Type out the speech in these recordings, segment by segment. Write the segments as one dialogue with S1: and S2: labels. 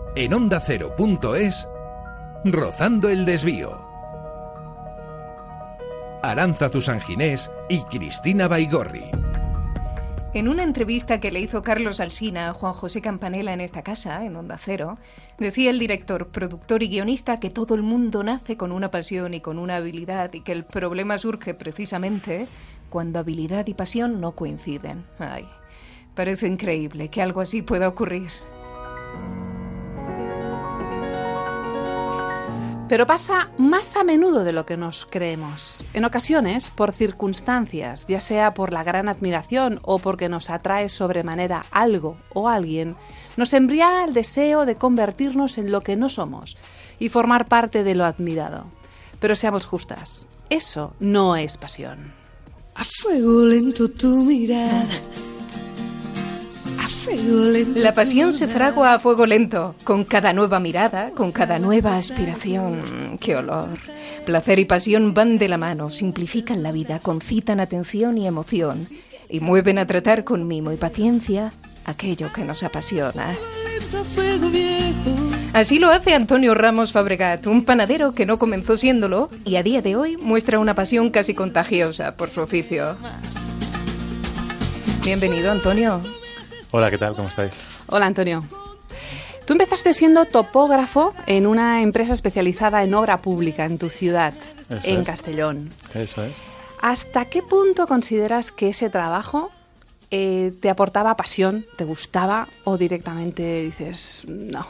S1: En OndaCero.es, Rozando el Desvío. Arantzazu Sanginés y Cristina Baigorri.
S2: En una entrevista que le hizo Carlos Alsina a Juan José Campanella en esta casa, en Onda Cero, decía el director, productor y guionista que todo el mundo nace con una pasión y con una habilidad y que el problema surge precisamente cuando habilidad y pasión no coinciden. Ay, parece increíble que algo así pueda ocurrir.
S3: Pero pasa más a menudo de lo que nos creemos. En ocasiones, por circunstancias, ya sea por la gran admiración o porque nos atrae sobremanera algo o alguien, nos embriaga el deseo de convertirnos en lo que no somos y formar parte de lo admirado. Pero seamos justas, eso no es pasión.
S4: A fuego lento tu mirada.
S2: La pasión se fragua a fuego lento, con cada nueva mirada, con cada nueva aspiración. ¡Qué olor! Placer y pasión van de la mano, simplifican la vida, concitan atención y emoción, y mueven a tratar con mimo y paciencia aquello que nos apasiona. Así lo hace Antonio Ramos Fabregat, un panadero que no comenzó siéndolo y a día de hoy muestra una pasión casi contagiosa por su oficio. Bienvenido, Antonio.
S5: Hola, ¿qué tal? ¿Cómo estáis?
S3: Hola, Antonio. Tú empezaste siendo topógrafo en una empresa especializada en obra pública en tu ciudad, en Castellón.
S5: Eso es.
S3: ¿Hasta qué punto consideras que ese trabajo te aportaba pasión, te gustaba o directamente dices no?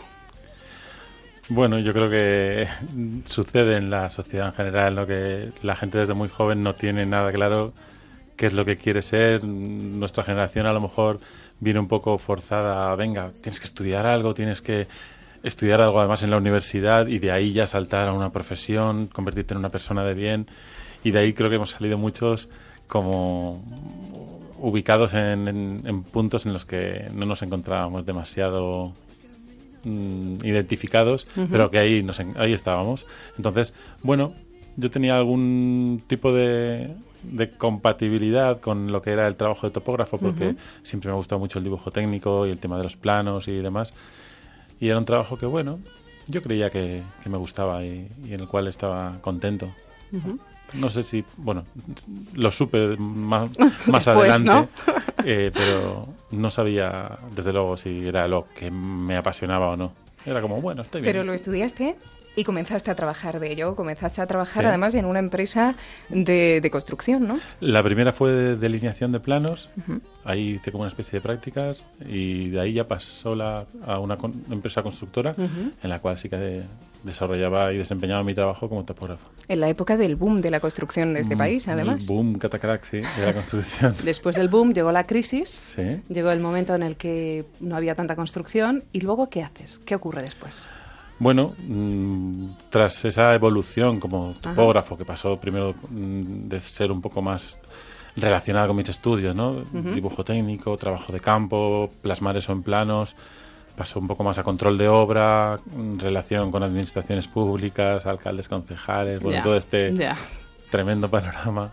S5: Bueno, yo creo que sucede en la sociedad en general, ¿no? Que la gente desde muy joven no tiene nada claro qué es lo que quiere ser. Nuestra generación a lo mejor viene un poco forzada, venga, tienes que estudiar algo, tienes que estudiar algo además en la universidad y de ahí ya saltar a una profesión, convertirte en una persona de bien, y de ahí creo que hemos salido muchos como ubicados en puntos en los que no nos encontrábamos demasiado identificados, pero que ahí estábamos. Entonces, bueno, yo tenía algún tipo de compatibilidad con lo que era el trabajo de topógrafo, porque siempre me ha gustado mucho el dibujo técnico y el tema de los planos y demás, y era un trabajo que, bueno, yo creía que me gustaba y en el cual estaba contento. No sé si, bueno, lo supe más
S3: después,
S5: adelante,
S3: ¿no?
S5: pero no sabía, desde luego, si era lo que me apasionaba o no. Era como, bueno, estoy bien.
S2: Pero lo estudiaste y comenzaste a trabajar de ello. Comenzaste a trabajar,
S5: Sí.
S2: además, en una empresa de construcción, ¿no?
S5: La primera fue de delineación de planos. Ahí hice como una especie de prácticas y de ahí ya pasó a una empresa constructora en la cual sí que desarrollaba y desempeñaba mi trabajo como topógrafo.
S2: En la época del boom de la construcción de este país, además.
S5: El boom catacrack, sí, de la construcción.
S3: Después del boom llegó la crisis,
S5: Sí.
S3: llegó el momento en el que no había tanta construcción y luego ¿qué haces? ¿Qué ocurre después?
S5: Bueno, tras esa evolución como topógrafo, que pasó primero de ser un poco más relacionada con mis estudios, ¿no? Dibujo técnico, trabajo de campo, plasmar eso en planos, pasó un poco más a control de obra, relación con administraciones públicas, alcaldes, concejales, bueno, todo este tremendo panorama.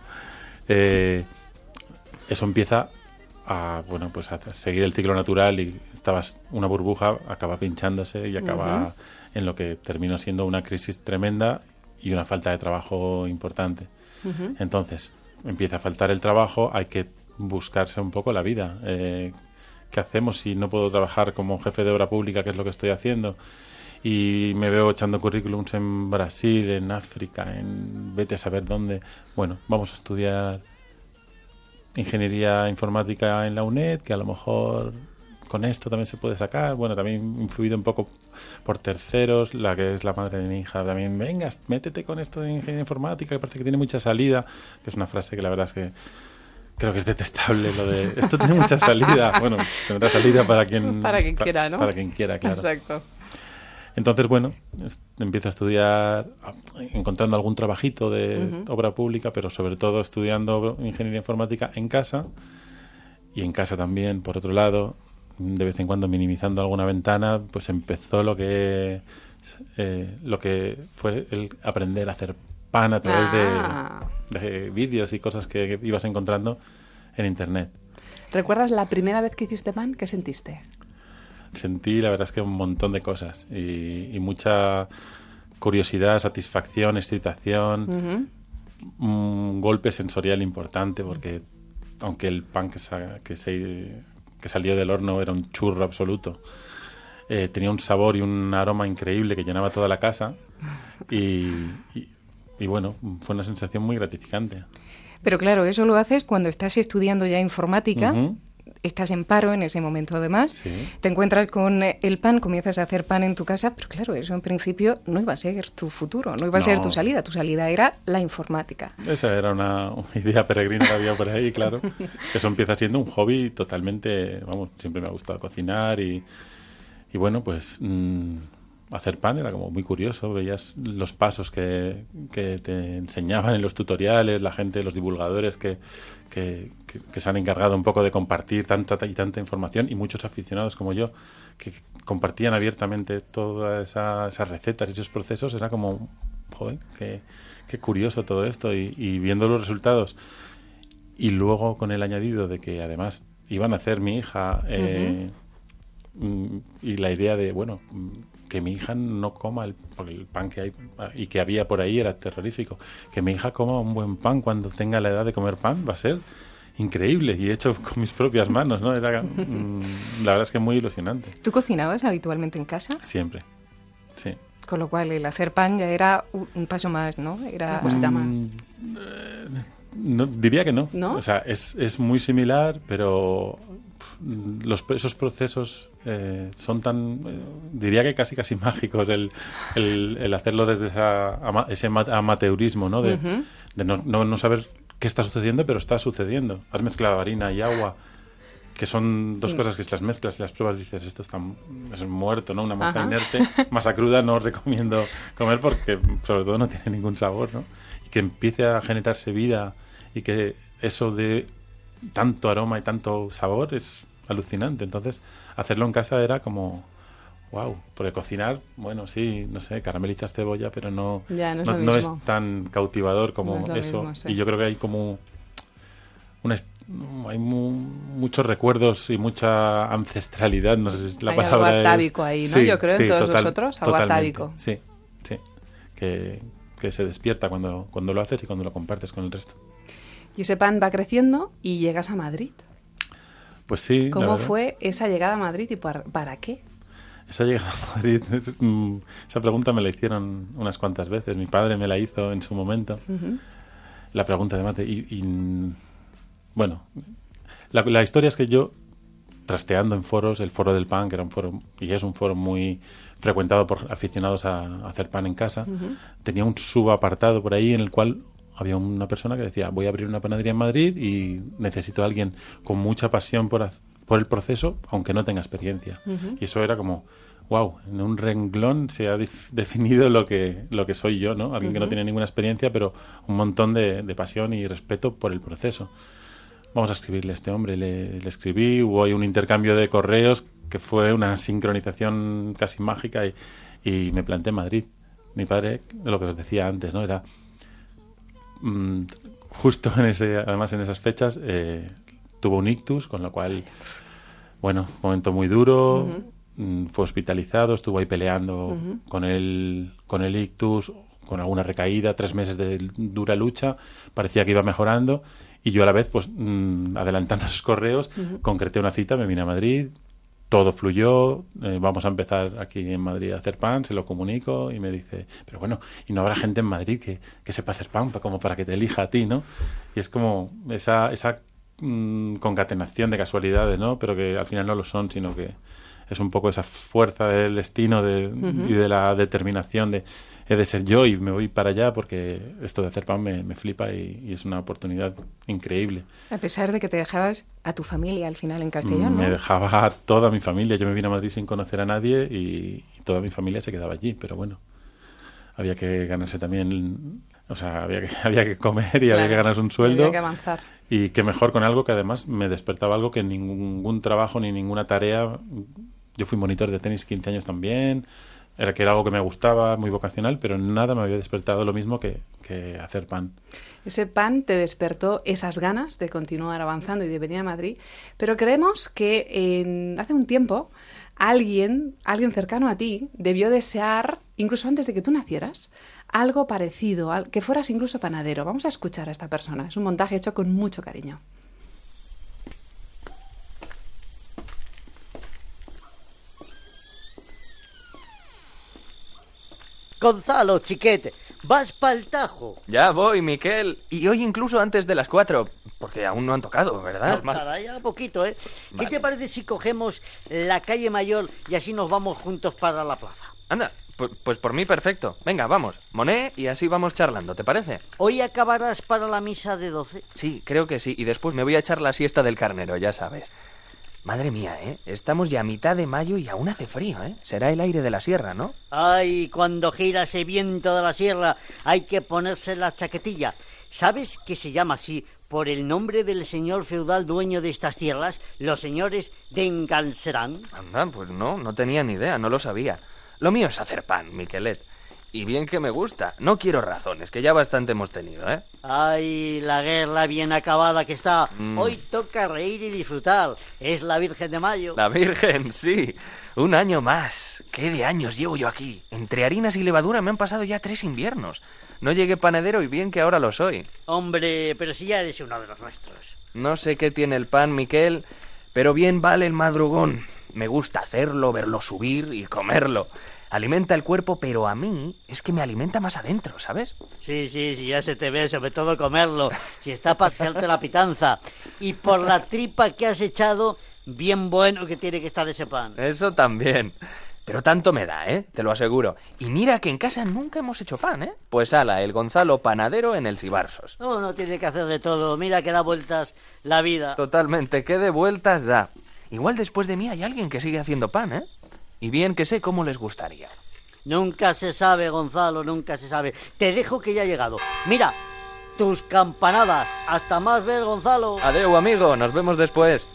S5: Eso empieza a seguir el ciclo natural y una burbuja acaba pinchándose y acaba en lo que terminó siendo una crisis tremenda y una falta de trabajo importante. Entonces, empieza a faltar el trabajo, hay que buscarse un poco la vida. ¿Qué hacemos si no puedo trabajar como jefe de obra pública, que es lo que estoy haciendo? Y me veo echando currículums en Brasil, en África, vete a saber dónde. Bueno, vamos a estudiar ingeniería informática en la UNED, que a lo mejor con esto también se puede sacar. Bueno, también influido un poco por terceros, la que es la madre de mi hija también, venga, métete con esto de ingeniería informática, que parece que tiene mucha salida, que es una frase que la verdad es que creo que es detestable, lo de esto tiene mucha salida. Bueno, tendrá salida para quien
S3: quiera, ¿no?
S5: Para quien quiera, claro.
S3: Exacto.
S5: Entonces, bueno, empiezo a estudiar, encontrando algún trabajito de obra pública, pero sobre todo estudiando ingeniería informática en casa, y en casa también, por otro lado, de vez en cuando minimizando alguna ventana, pues empezó lo que fue el aprender a hacer pan a través de vídeos y cosas que ibas encontrando en internet.
S3: ¿Recuerdas la primera vez que hiciste pan? ¿Qué sentiste?
S5: sentí la verdad es que un montón de cosas y mucha curiosidad, satisfacción, excitación, un golpe sensorial importante porque aunque el pan que salió del horno era un churro absoluto, tenía un sabor y un aroma increíble que llenaba toda la casa y bueno, fue una sensación muy gratificante.
S2: Pero claro, eso lo haces cuando estás estudiando ya informática, estás en paro en ese momento además,
S5: Sí.
S2: te encuentras con el pan, comienzas a hacer pan en tu casa, pero claro, eso en principio no iba a ser tu futuro, no iba a ser tu salida era la informática.
S5: Esa era una idea peregrina que había por ahí, claro. Eso empieza siendo un hobby totalmente, vamos, siempre me ha gustado cocinar y bueno, pues hacer pan era como muy curioso, veías los pasos que te enseñaban en los tutoriales, la gente, los divulgadores que se han encargado un poco de compartir tanta información y muchos aficionados como yo que compartían abiertamente todas esas recetas y esos procesos. Era como, joder, qué curioso todo esto y viendo los resultados y luego con el añadido de que además iban a hacer mi hija y la idea de, bueno, que mi hija no coma porque el pan que hay y que había por ahí era terrorífico. Que mi hija coma un buen pan cuando tenga la edad de comer pan va a ser increíble y hecho con mis propias manos, ¿no? Era, la verdad es que muy ilusionante.
S2: ¿Tú cocinabas habitualmente en casa?
S5: Siempre, sí.
S2: Con lo cual el hacer pan ya era un paso más, ¿no? Era
S3: una cosita más.
S5: No, diría que no.
S3: ¿No?
S5: O sea, es muy similar, pero esos procesos son tan, diría que casi mágicos el hacerlo desde ese amateurismo, ¿no? De no saber qué está sucediendo, pero está sucediendo. Has mezclado harina y agua, que son dos cosas que si las mezclas y las pruebas dices, esto es muerto, ¿no? Una masa inerte, masa cruda no recomiendo comer porque sobre todo no tiene ningún sabor, ¿no? Y que empiece a generarse vida y que eso de tanto aroma y tanto sabor es alucinante. Entonces, hacerlo en casa era como wow, porque cocinar, bueno, sí, no sé, caramelizas cebolla, pero no es tan cautivador como no eso. Mismo, sí. Y yo creo que hay como hay muchos recuerdos y mucha ancestralidad, no sé si es la palabra.
S3: Hay algo atávico ahí, ¿no? Sí, yo creo en todos nosotros, algo atávico.
S5: Sí, que se despierta cuando lo haces y cuando lo compartes con el resto.
S3: Y ese pan va creciendo y llegas a Madrid.
S5: Pues sí.
S3: ¿Cómo fue esa llegada a Madrid y para qué?
S5: Esa llegada a Madrid, esa pregunta me la hicieron unas cuantas veces. Mi padre me la hizo en su momento. La pregunta además bueno, la historia es que yo, trasteando en foros, el foro del pan, que era un foro, y es un foro muy frecuentado por aficionados a hacer pan en casa, tenía un subapartado por ahí en el cual había una persona que decía, voy a abrir una panadería en Madrid y necesito a alguien con mucha pasión por el proceso, aunque no tenga experiencia. Y eso era como, wow, en un renglón se ha definido lo que soy yo, ¿no? Alguien que no tiene ninguna experiencia, pero un montón de pasión y respeto por el proceso. Vamos a escribirle a este hombre. Le escribí, hubo ahí un intercambio de correos que fue una sincronización casi mágica y me planté en Madrid. Mi padre, lo que os decía antes, ¿no? Era justo además en esas fechas tuvo un ictus, con lo cual, bueno, momento muy duro, fue hospitalizado, estuvo ahí peleando con el ictus, con alguna recaída, 3 meses de dura lucha, parecía que iba mejorando y yo a la vez, pues adelantando esos correos, concreté una cita, me vine a Madrid, todo fluyó, vamos a empezar aquí en Madrid a hacer pan, se lo comunico y me dice, pero bueno, ¿y no habrá gente en Madrid que sepa hacer pan como para que te elija a ti, ¿no? Y es como esa concatenación de casualidades, ¿no? Pero que al final no lo son, sino que es un poco esa fuerza del destino y de la determinación de he de ser yo y me voy para allá porque esto de hacer pan me flipa y es una oportunidad increíble.
S2: A pesar de que te dejabas a tu familia al final en Castellón, ¿no?
S5: Me dejaba a toda mi familia. Yo me vine a Madrid sin conocer a nadie y toda mi familia se quedaba allí, pero bueno, había que ganarse también, o sea, había que comer y había que ganarse un sueldo.
S3: Había que avanzar. Y
S5: qué mejor con algo que además me despertaba algo que ningún trabajo ni ninguna tarea. Yo fui monitor de tenis 15 años también, era algo que me gustaba, muy vocacional, pero nada me había despertado lo mismo que hacer pan.
S3: Ese pan te despertó esas ganas de continuar avanzando y de venir a Madrid, pero creemos que hace un tiempo alguien cercano a ti debió desear, incluso antes de que tú nacieras, algo parecido, que fueras incluso panadero. Vamos a escuchar a esta persona. Es un montaje hecho con mucho cariño.
S6: Gonzalo, chiquete, vas pa'l Tajo.
S7: Ya voy, Miquel. Y hoy incluso antes de las 4, porque aún no han tocado, ¿verdad?
S6: Estará ya poquito, ¿eh?
S7: Vale.
S6: ¿Qué te parece si cogemos la calle Mayor y así nos vamos juntos para la plaza?
S7: Anda, pues por mí perfecto. Venga, vamos, Moné, y así vamos charlando, ¿te parece?
S6: ¿Hoy acabarás para la misa de 12?
S7: Sí, creo que sí. Y después me voy a echar la siesta del carnero, ya sabes. Madre mía, ¿eh? Estamos ya a mitad de mayo y aún hace frío, ¿eh? Será el aire de la sierra, ¿no?
S6: Ay, cuando gira ese viento de la sierra hay que ponerse la chaquetilla. ¿Sabes que se llama así por el nombre del señor feudal dueño de estas tierras, los señores de Encalcerán?
S7: Anda, pues no tenía ni idea, no lo sabía. Lo mío es hacer pan, Miquelet. Y bien que me gusta. No quiero razones, que ya bastante hemos tenido, ¿eh?
S6: Ay, la guerra bien acabada que está. Hoy toca reír y disfrutar. Es la Virgen de Mayo.
S7: La Virgen, sí. Un año más. ¿Qué de años llevo yo aquí? Entre harinas y levadura me han pasado ya 3 inviernos. No llegué panadero y bien que ahora lo soy.
S6: Hombre, pero si ya eres uno de los nuestros.
S7: No sé qué tiene el pan, Miquel, pero bien vale el madrugón. Me gusta hacerlo, verlo subir y comerlo. Alimenta el cuerpo, pero a mí es que me alimenta más adentro, ¿sabes?
S6: Sí, ya se te ve, sobre todo comerlo. Si está para hacerte la pitanza. Y por la tripa que has echado, bien bueno que tiene que estar ese pan.
S7: Eso también. Pero tanto me da, ¿eh? Te lo aseguro. Y mira que en casa nunca hemos hecho pan, ¿eh? Pues ala, el Gonzalo panadero en el Sibarsos.
S6: Uno tiene que hacer de todo. Mira que da vueltas la vida.
S7: Totalmente, qué de vueltas da. Igual después de mí hay alguien que sigue haciendo pan, ¿eh? Y bien que sé cómo les gustaría.
S6: Nunca se sabe, Gonzalo, nunca se sabe. Te dejo que ya ha llegado. Mira, tus campanadas. Hasta más ver, Gonzalo.
S7: Adeu, amigo, nos vemos después.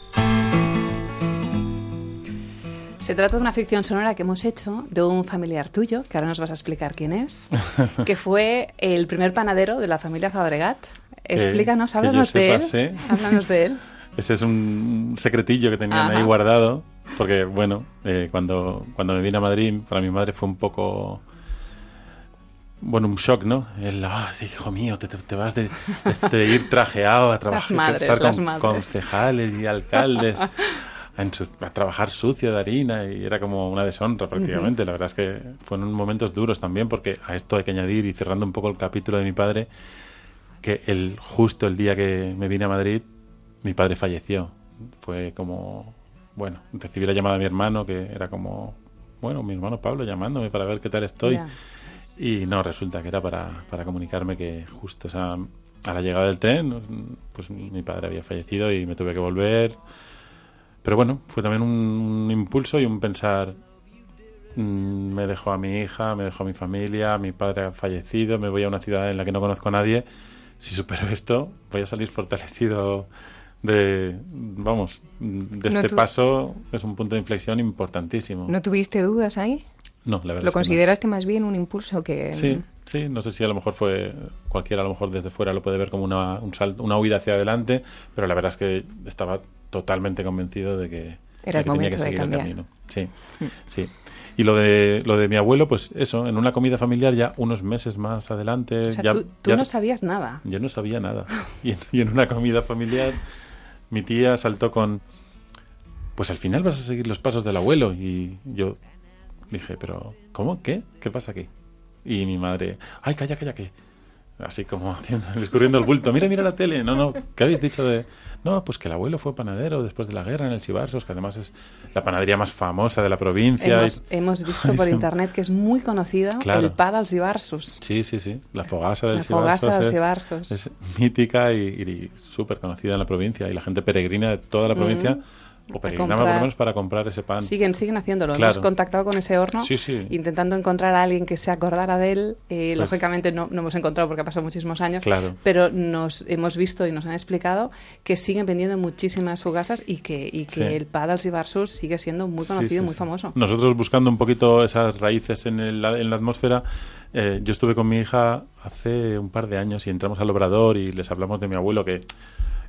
S3: Se trata de una ficción sonora que hemos hecho de un familiar tuyo, que ahora nos vas a explicar quién es, que fue el primer panadero de la familia Fabregat. Explícanos, háblanos de él. Háblanos de él.
S5: Ese es un secretillo que tenían ahí guardado, porque, bueno, cuando me vine a Madrid, para mi madre fue un poco... Bueno, un shock, ¿no? Hijo mío, te vas de ir trajeado a trabajar, estar con concejales y alcaldes... a trabajar sucio de harina, y era como una deshonra prácticamente. La verdad es que fueron momentos duros también, porque a esto hay que añadir, y cerrando un poco el capítulo de mi padre, que justo el día que me vine a Madrid, mi padre falleció. Fue como, bueno, recibí la llamada de mi hermano, que era como, bueno, mi hermano Pablo llamándome para ver qué tal estoy. Yeah. Y no, resulta que era para comunicarme que justo a la llegada del tren, pues mi padre había fallecido y me tuve que volver. Pero bueno, fue también un impulso y un pensar, me dejó a mi hija, me dejó a mi familia, mi padre ha fallecido, me voy a una ciudad en la que no conozco a nadie. Si supero esto, voy a salir fortalecido de este paso. Es un punto de inflexión importantísimo.
S2: ¿No tuviste dudas ahí?
S5: No, la verdad.
S2: ¿Lo consideraste más bien un impulso que...?
S5: Sí, no sé si a lo mejor cualquiera a lo mejor desde fuera lo puede ver como una huida hacia adelante, pero la verdad es que estaba totalmente convencido de que tenía que seguir el camino. Sí. Y lo de mi abuelo, pues eso, en una comida familiar ya unos meses más adelante...
S3: O sea, tú no sabías nada.
S5: Yo no sabía nada. Y en una comida familiar mi tía saltó con... Pues al final vas a seguir los pasos del abuelo. Y yo dije, pero ¿cómo? ¿Qué pasa aquí? Y mi madre, ay, calla, que... Así como escurriendo el bulto. Mira la tele. No, ¿qué habéis dicho de...? No, pues que el abuelo fue panadero después de la guerra en el Sibarsos, que además es la panadería más famosa de la provincia.
S3: Hemos visto por internet que es muy conocida, claro. El pa del Sibarsos.
S5: Sí. La fogasa del Sibarsos. Es mítica y súper conocida en la provincia. Y la gente peregrina de toda la provincia... O peregrinaba por lo menos para comprar ese pan.
S3: Siguen haciéndolo. Claro. Hemos contactado con ese horno, intentando encontrar a alguien que se acordara de él. Pues, lógicamente no hemos encontrado porque ha pasado muchísimos años, claro. Pero nos hemos visto y nos han explicado que siguen vendiendo muchísimas fogasas y que el pa dels Sibarsos sigue siendo muy conocido, muy famoso. Nosotros,
S5: buscando un poquito esas raíces en la atmósfera, yo estuve con mi hija hace un par de años y entramos al Obrador y les hablamos de mi abuelo, que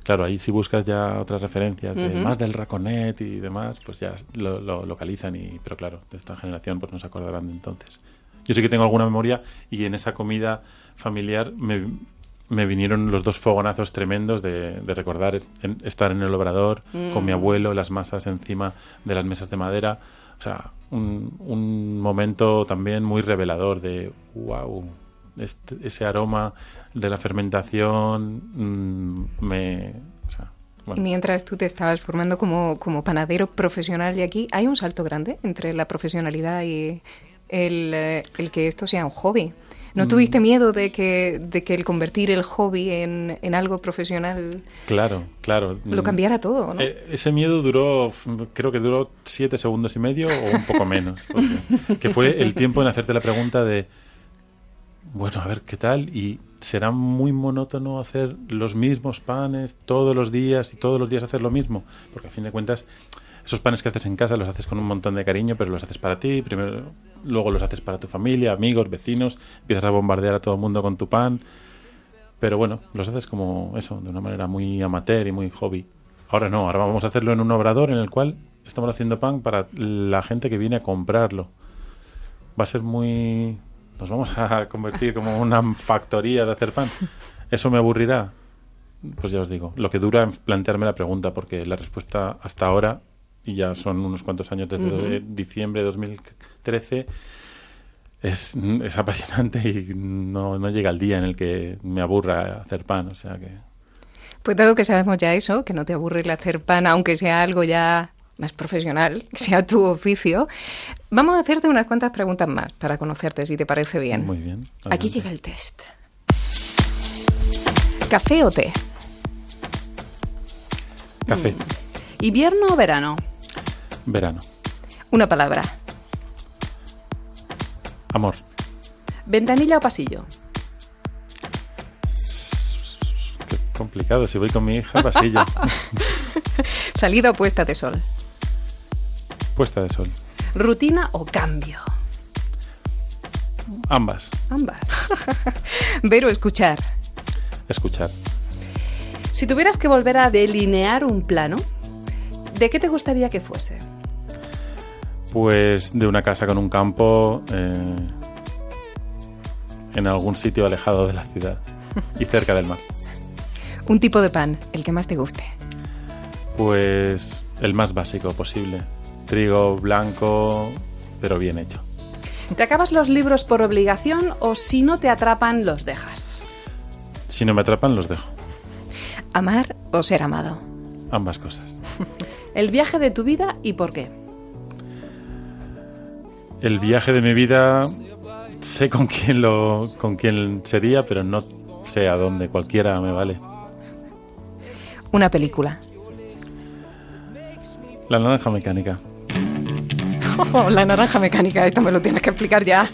S5: Claro, ahí si buscas ya otras referencias, más del Raconet y demás, pues ya lo localizan. Pero claro, de esta generación pues no se acordarán de entonces. Yo sí que tengo alguna memoria y en esa comida familiar me vinieron los 2 fogonazos tremendos de recordar estar en el obrador con mi abuelo, las masas encima de las mesas de madera. O sea, un momento también muy revelador de wow, ese aroma de la fermentación
S2: Y mientras tú te estabas formando como panadero profesional, y aquí hay un salto grande entre la profesionalidad y el que esto sea un hobby. ¿No tuviste miedo de que el convertir el hobby en algo profesional
S5: claro
S2: lo cambiara todo, ¿no?
S5: Ese miedo creo que duró 7 segundos y medio o un poco menos, que fue el tiempo en hacerte la pregunta de bueno, a ver qué tal, y será muy monótono hacer los mismos panes todos los días y todos los días hacer lo mismo, porque a fin de cuentas esos panes que haces en casa los haces con un montón de cariño, pero los haces para ti, primero, luego los haces para tu familia, amigos, vecinos, empiezas a bombardear a todo el mundo con tu pan, pero bueno, los haces como eso, de una manera muy amateur y muy hobby. Ahora no, ahora vamos a hacerlo en un obrador en el cual estamos haciendo pan para la gente que viene a comprarlo. Va a ser muy... Nos vamos a convertir como una factoría de hacer pan. ¿Eso me aburrirá? Pues ya os digo, lo que dura en plantearme la pregunta, porque la respuesta hasta ahora, y ya son unos cuantos años desde diciembre de 2013, es apasionante y no llega el día en el que me aburra hacer pan, o sea que...
S2: Pues dado que sabemos ya eso, que no te aburre el hacer pan, aunque sea algo ya más profesional, que sea tu oficio, vamos a hacerte unas cuantas preguntas más para conocerte, si te parece bien.
S5: Muy bien. Adelante.
S2: Aquí llega el test. ¿Café o té?
S5: Café.
S3: ¿Invierno o verano?
S5: Verano.
S2: Una palabra.
S5: Amor.
S3: ¿Ventanilla o pasillo?
S5: Qué complicado, si voy con mi hija, pasillo.
S2: ¿Salida o puesta de sol?
S5: Puesta de sol.
S3: ¿Rutina o cambio?
S5: Ambas.
S3: Ambas.
S2: ¿Ver o escuchar?
S5: Escuchar.
S3: Si tuvieras que volver a delinear un plano, ¿de qué te gustaría que fuese?
S5: Pues de una casa con un campo en algún sitio alejado de la ciudad y cerca del mar.
S2: Un tipo de pan, el que más te guste.
S5: Pues el más básico posible. Trigo blanco, pero bien hecho.
S3: ¿Te acabas los libros por obligación o si no te atrapan los dejas?
S5: Si no me atrapan, los dejo.
S2: ¿Amar o ser amado?
S5: Ambas cosas.
S3: ¿El viaje de tu vida y por qué?
S5: El viaje de mi vida, sé con quién sería, pero no sé a dónde. Cualquiera me vale.
S2: Una película.
S5: La naranja mecánica.
S2: Oh, la naranja mecánica, esto me lo tienes que explicar ya.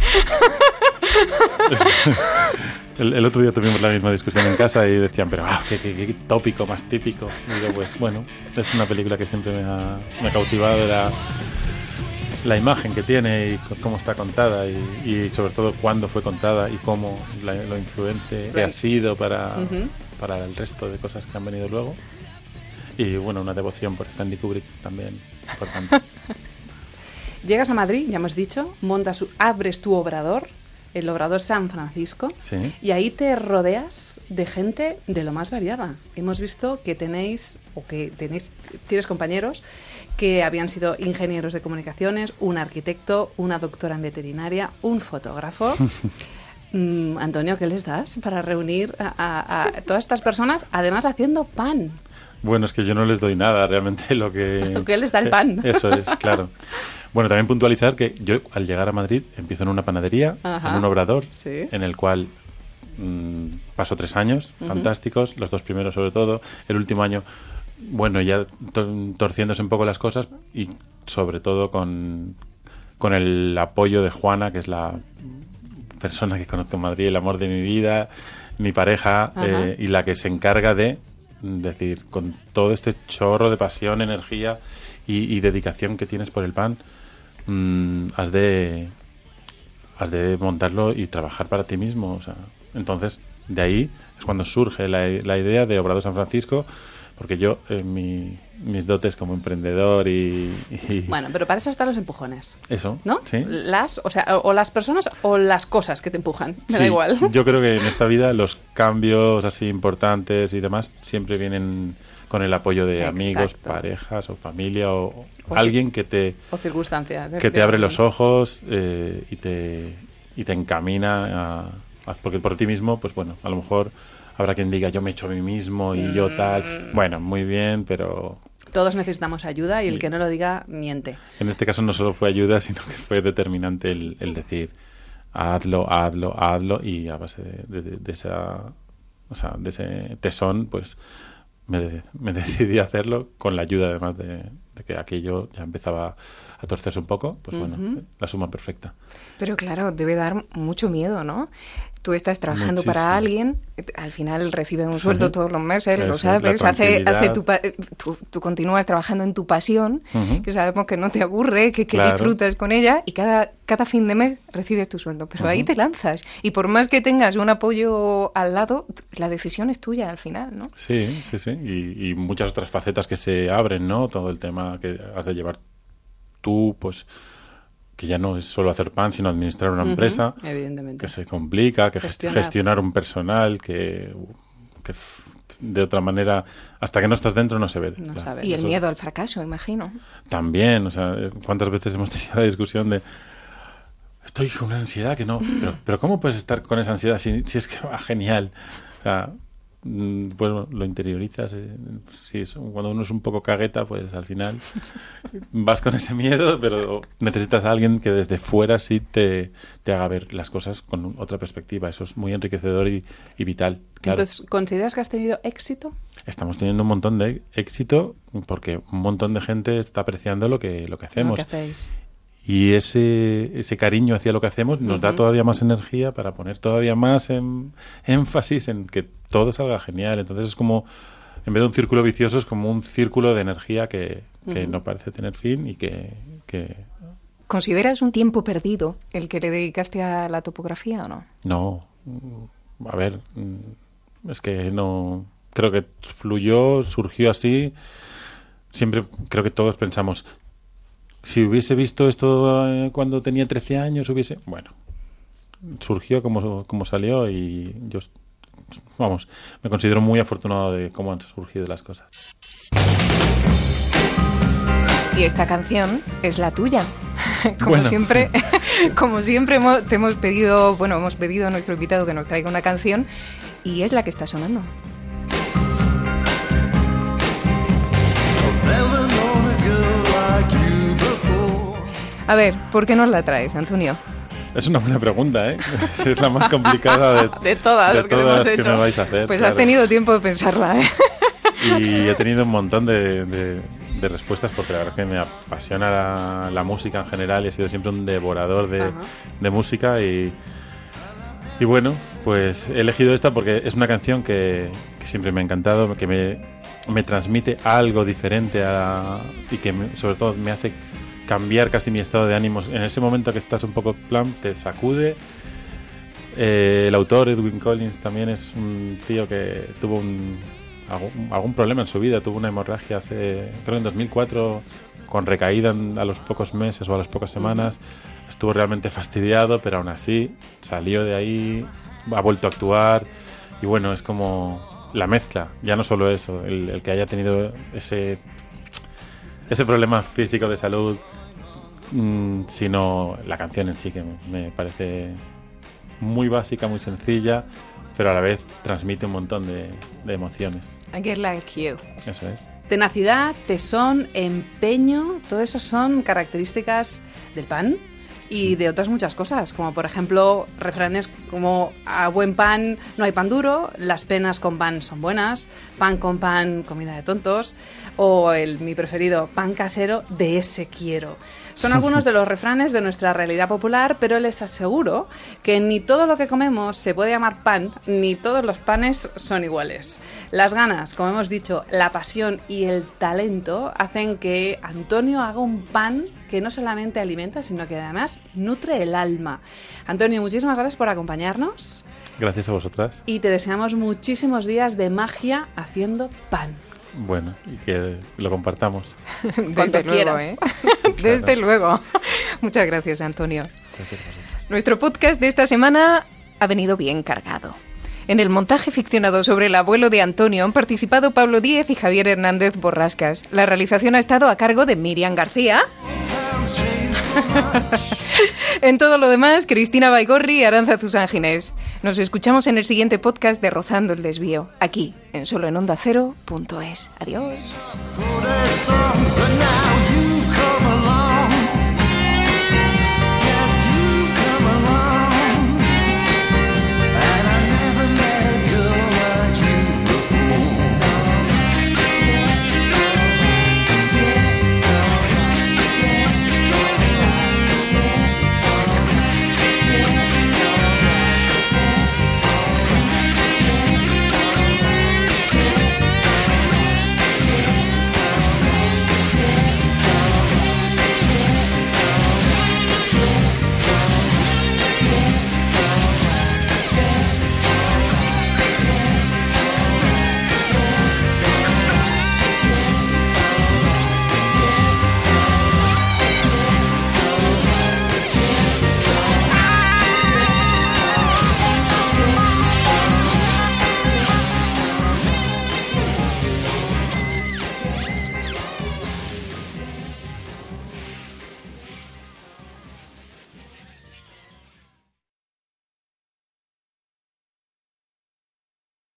S5: El otro día tuvimos la misma discusión en casa y decían, pero qué tópico más típico. Y yo, pues bueno, es una película que siempre me ha cautivado la imagen que tiene y cómo está contada y sobre todo cuándo fue contada y cómo lo influente que ha sido para el resto de cosas que han venido luego. Y bueno, una devoción por Stanley Kubrick también importante.
S3: Llegas a Madrid, ya hemos dicho, abres tu obrador, el Obrador San Francisco,
S5: sí.
S3: Y ahí te rodeas de gente de lo más variada. Hemos visto que tienes compañeros que habían sido ingenieros de comunicaciones, un arquitecto, una doctora en veterinaria, un fotógrafo. Antonio, ¿qué les das para reunir a todas estas personas, además haciendo pan?
S5: Bueno, es que yo no les doy nada, realmente lo que
S3: les da el pan.
S5: Eso es, claro. Bueno, también puntualizar que yo al llegar a Madrid empiezo en una panadería, en un obrador,
S3: sí.
S5: En el cual paso 3 años fantásticos, los 2 primeros sobre todo, el último año, bueno, ya torciéndose un poco las cosas y sobre todo con el apoyo de Juana, que es la persona que conozco en Madrid, el amor de mi vida, mi pareja, y la que se encarga de decir, con todo este chorro de pasión, energía y dedicación que tienes por el pan, has de montarlo y trabajar para ti mismo. O sea, entonces de ahí es cuando surge la idea de Obrador San Francisco, porque yo, mis dotes como emprendedor y...
S3: Bueno, pero para eso están los empujones.
S5: Eso,
S3: ¿no?
S5: sí.
S3: O las personas o las cosas que te empujan, me da igual.
S5: Yo creo que en esta vida los cambios así importantes y demás siempre vienen con el apoyo de amigos, parejas o familia o alguien que te...
S3: O circunstancias.
S5: Que te abre los ojos y te encamina porque por ti mismo, pues bueno, a lo mejor... Habrá quien diga, yo me echo a mí mismo y yo tal. Bueno, muy bien, pero...
S3: Todos necesitamos ayuda y el que no lo diga, miente.
S5: En este caso no solo fue ayuda, sino que fue determinante el decir, hazlo, y a base de ese tesón, pues me decidí a hacerlo con la ayuda, además de que aquello ya empezaba a torcerse un poco, pues bueno, la suma perfecta.
S2: Pero claro, debe dar mucho miedo, ¿no? Tú estás trabajando
S5: Muchísimo.
S2: para alguien, al final recibes un sueldo todos los meses, lo sabes, tú continúas trabajando en tu pasión, que sabemos que no te aburre, que disfrutas con ella, y cada fin de mes recibes tu sueldo, pero ahí te lanzas, y por más que tengas un apoyo al lado, la decisión es tuya al final, ¿no?
S5: Sí, y muchas otras facetas que se abren, ¿no? Todo el tema que has de llevar tú, pues... que ya no es solo hacer pan, sino administrar una empresa,
S3: evidentemente,
S5: que se complica, que gestionar un personal, que de otra manera, hasta que no estás dentro no se ve.
S3: No sabes.
S2: Y el miedo al fracaso, imagino.
S5: También, o sea, ¿cuántas veces hemos tenido la discusión de estoy con una ansiedad que no, pero ¿cómo puedes estar con esa ansiedad si es que va genial? O sea, bueno, lo interiorizas. Cuando uno es un poco cagueta, pues al final vas con ese miedo, pero necesitas a alguien que desde fuera sí te haga ver las cosas con otra perspectiva. Eso es muy enriquecedor y vital. Claro.
S3: Entonces, ¿consideras que has tenido éxito?
S5: Estamos teniendo un montón de éxito porque un montón de gente está apreciando lo que hacemos.
S3: Lo que hacéis.
S5: Y ese cariño hacia lo que hacemos nos da todavía más energía para poner todavía más énfasis en que todo salga genial. Entonces es como, en vez de un círculo vicioso, es como un círculo de energía que no parece tener fin y que...
S2: ¿Consideras un tiempo perdido el que le dedicaste a la topografía o no?
S5: No. A ver, es que no... Creo que fluyó, surgió así. Siempre creo que todos pensamos... Si hubiese visto esto cuando tenía 13 años, Bueno, surgió como salió y yo, me considero muy afortunado de cómo han surgido las cosas.
S2: Y esta canción es la tuya. Siempre, te hemos pedido a nuestro invitado que nos traiga una canción y es la que está sonando. A ver, ¿por qué nos la traes, Antonio?
S5: Es una buena pregunta, ¿eh? Es la más complicada de
S3: todas las que
S5: me vais a hacer.
S2: Pues claro. Has tenido tiempo de pensarla, ¿eh?
S5: Y he tenido un montón de respuestas porque la verdad es que me apasiona la música en general y he sido siempre un devorador de música y bueno, pues he elegido esta porque es una canción que siempre me ha encantado, que me transmite algo diferente y que sobre todo me hace cambiar casi mi estado de ánimos. En ese momento que estás un poco plan, te sacude. El autor, Edwyn Collins, también es un tío que tuvo algún problema en su vida. Tuvo una hemorragia creo en 2004, con recaída a los pocos meses o a las pocas semanas. Estuvo realmente fastidiado, pero aún así salió de ahí, ha vuelto a actuar. Y bueno, es como la mezcla. Ya no solo eso, el que haya tenido ese problema físico de salud, sino la canción en sí, que me parece muy básica, muy sencilla, pero a la vez transmite un montón de emociones.
S2: I Get Like You.
S5: Eso es.
S3: Tenacidad, tesón, empeño, todo eso son características del pan y de otras muchas cosas, como por ejemplo refranes como a buen pan no hay pan duro, las penas con pan son buenas, pan con pan, comida de tontos, o mi preferido, pan casero, de ese quiero. Son algunos de los refranes de nuestra realidad popular, pero les aseguro que ni todo lo que comemos se puede llamar pan, ni todos los panes son iguales. Las ganas, como hemos dicho, la pasión y el talento hacen que Antonio haga un pan que no solamente alimenta, sino que además nutre el alma. Antonio, muchísimas gracias por acompañarnos.
S5: Gracias a vosotras.
S3: Y te deseamos muchísimos días de magia haciendo pan.
S5: Bueno, y que lo compartamos.
S2: Desde luego, ¿eh? Desde luego. Muchas gracias, Antonio.
S5: Gracias a vosotras.
S2: Nuestro podcast de esta semana ha venido bien cargado. En el montaje ficcionado sobre el abuelo de Antonio han participado Pablo Díez y Javier Hernández Borrascas. La realización ha estado a cargo de Miriam García. En todo lo demás, Cristina Baigorri y Arantza Zuzán Ginés. Nos escuchamos en el siguiente podcast de Rozando el Desvío, aquí, en soloenondacero.es. Adiós.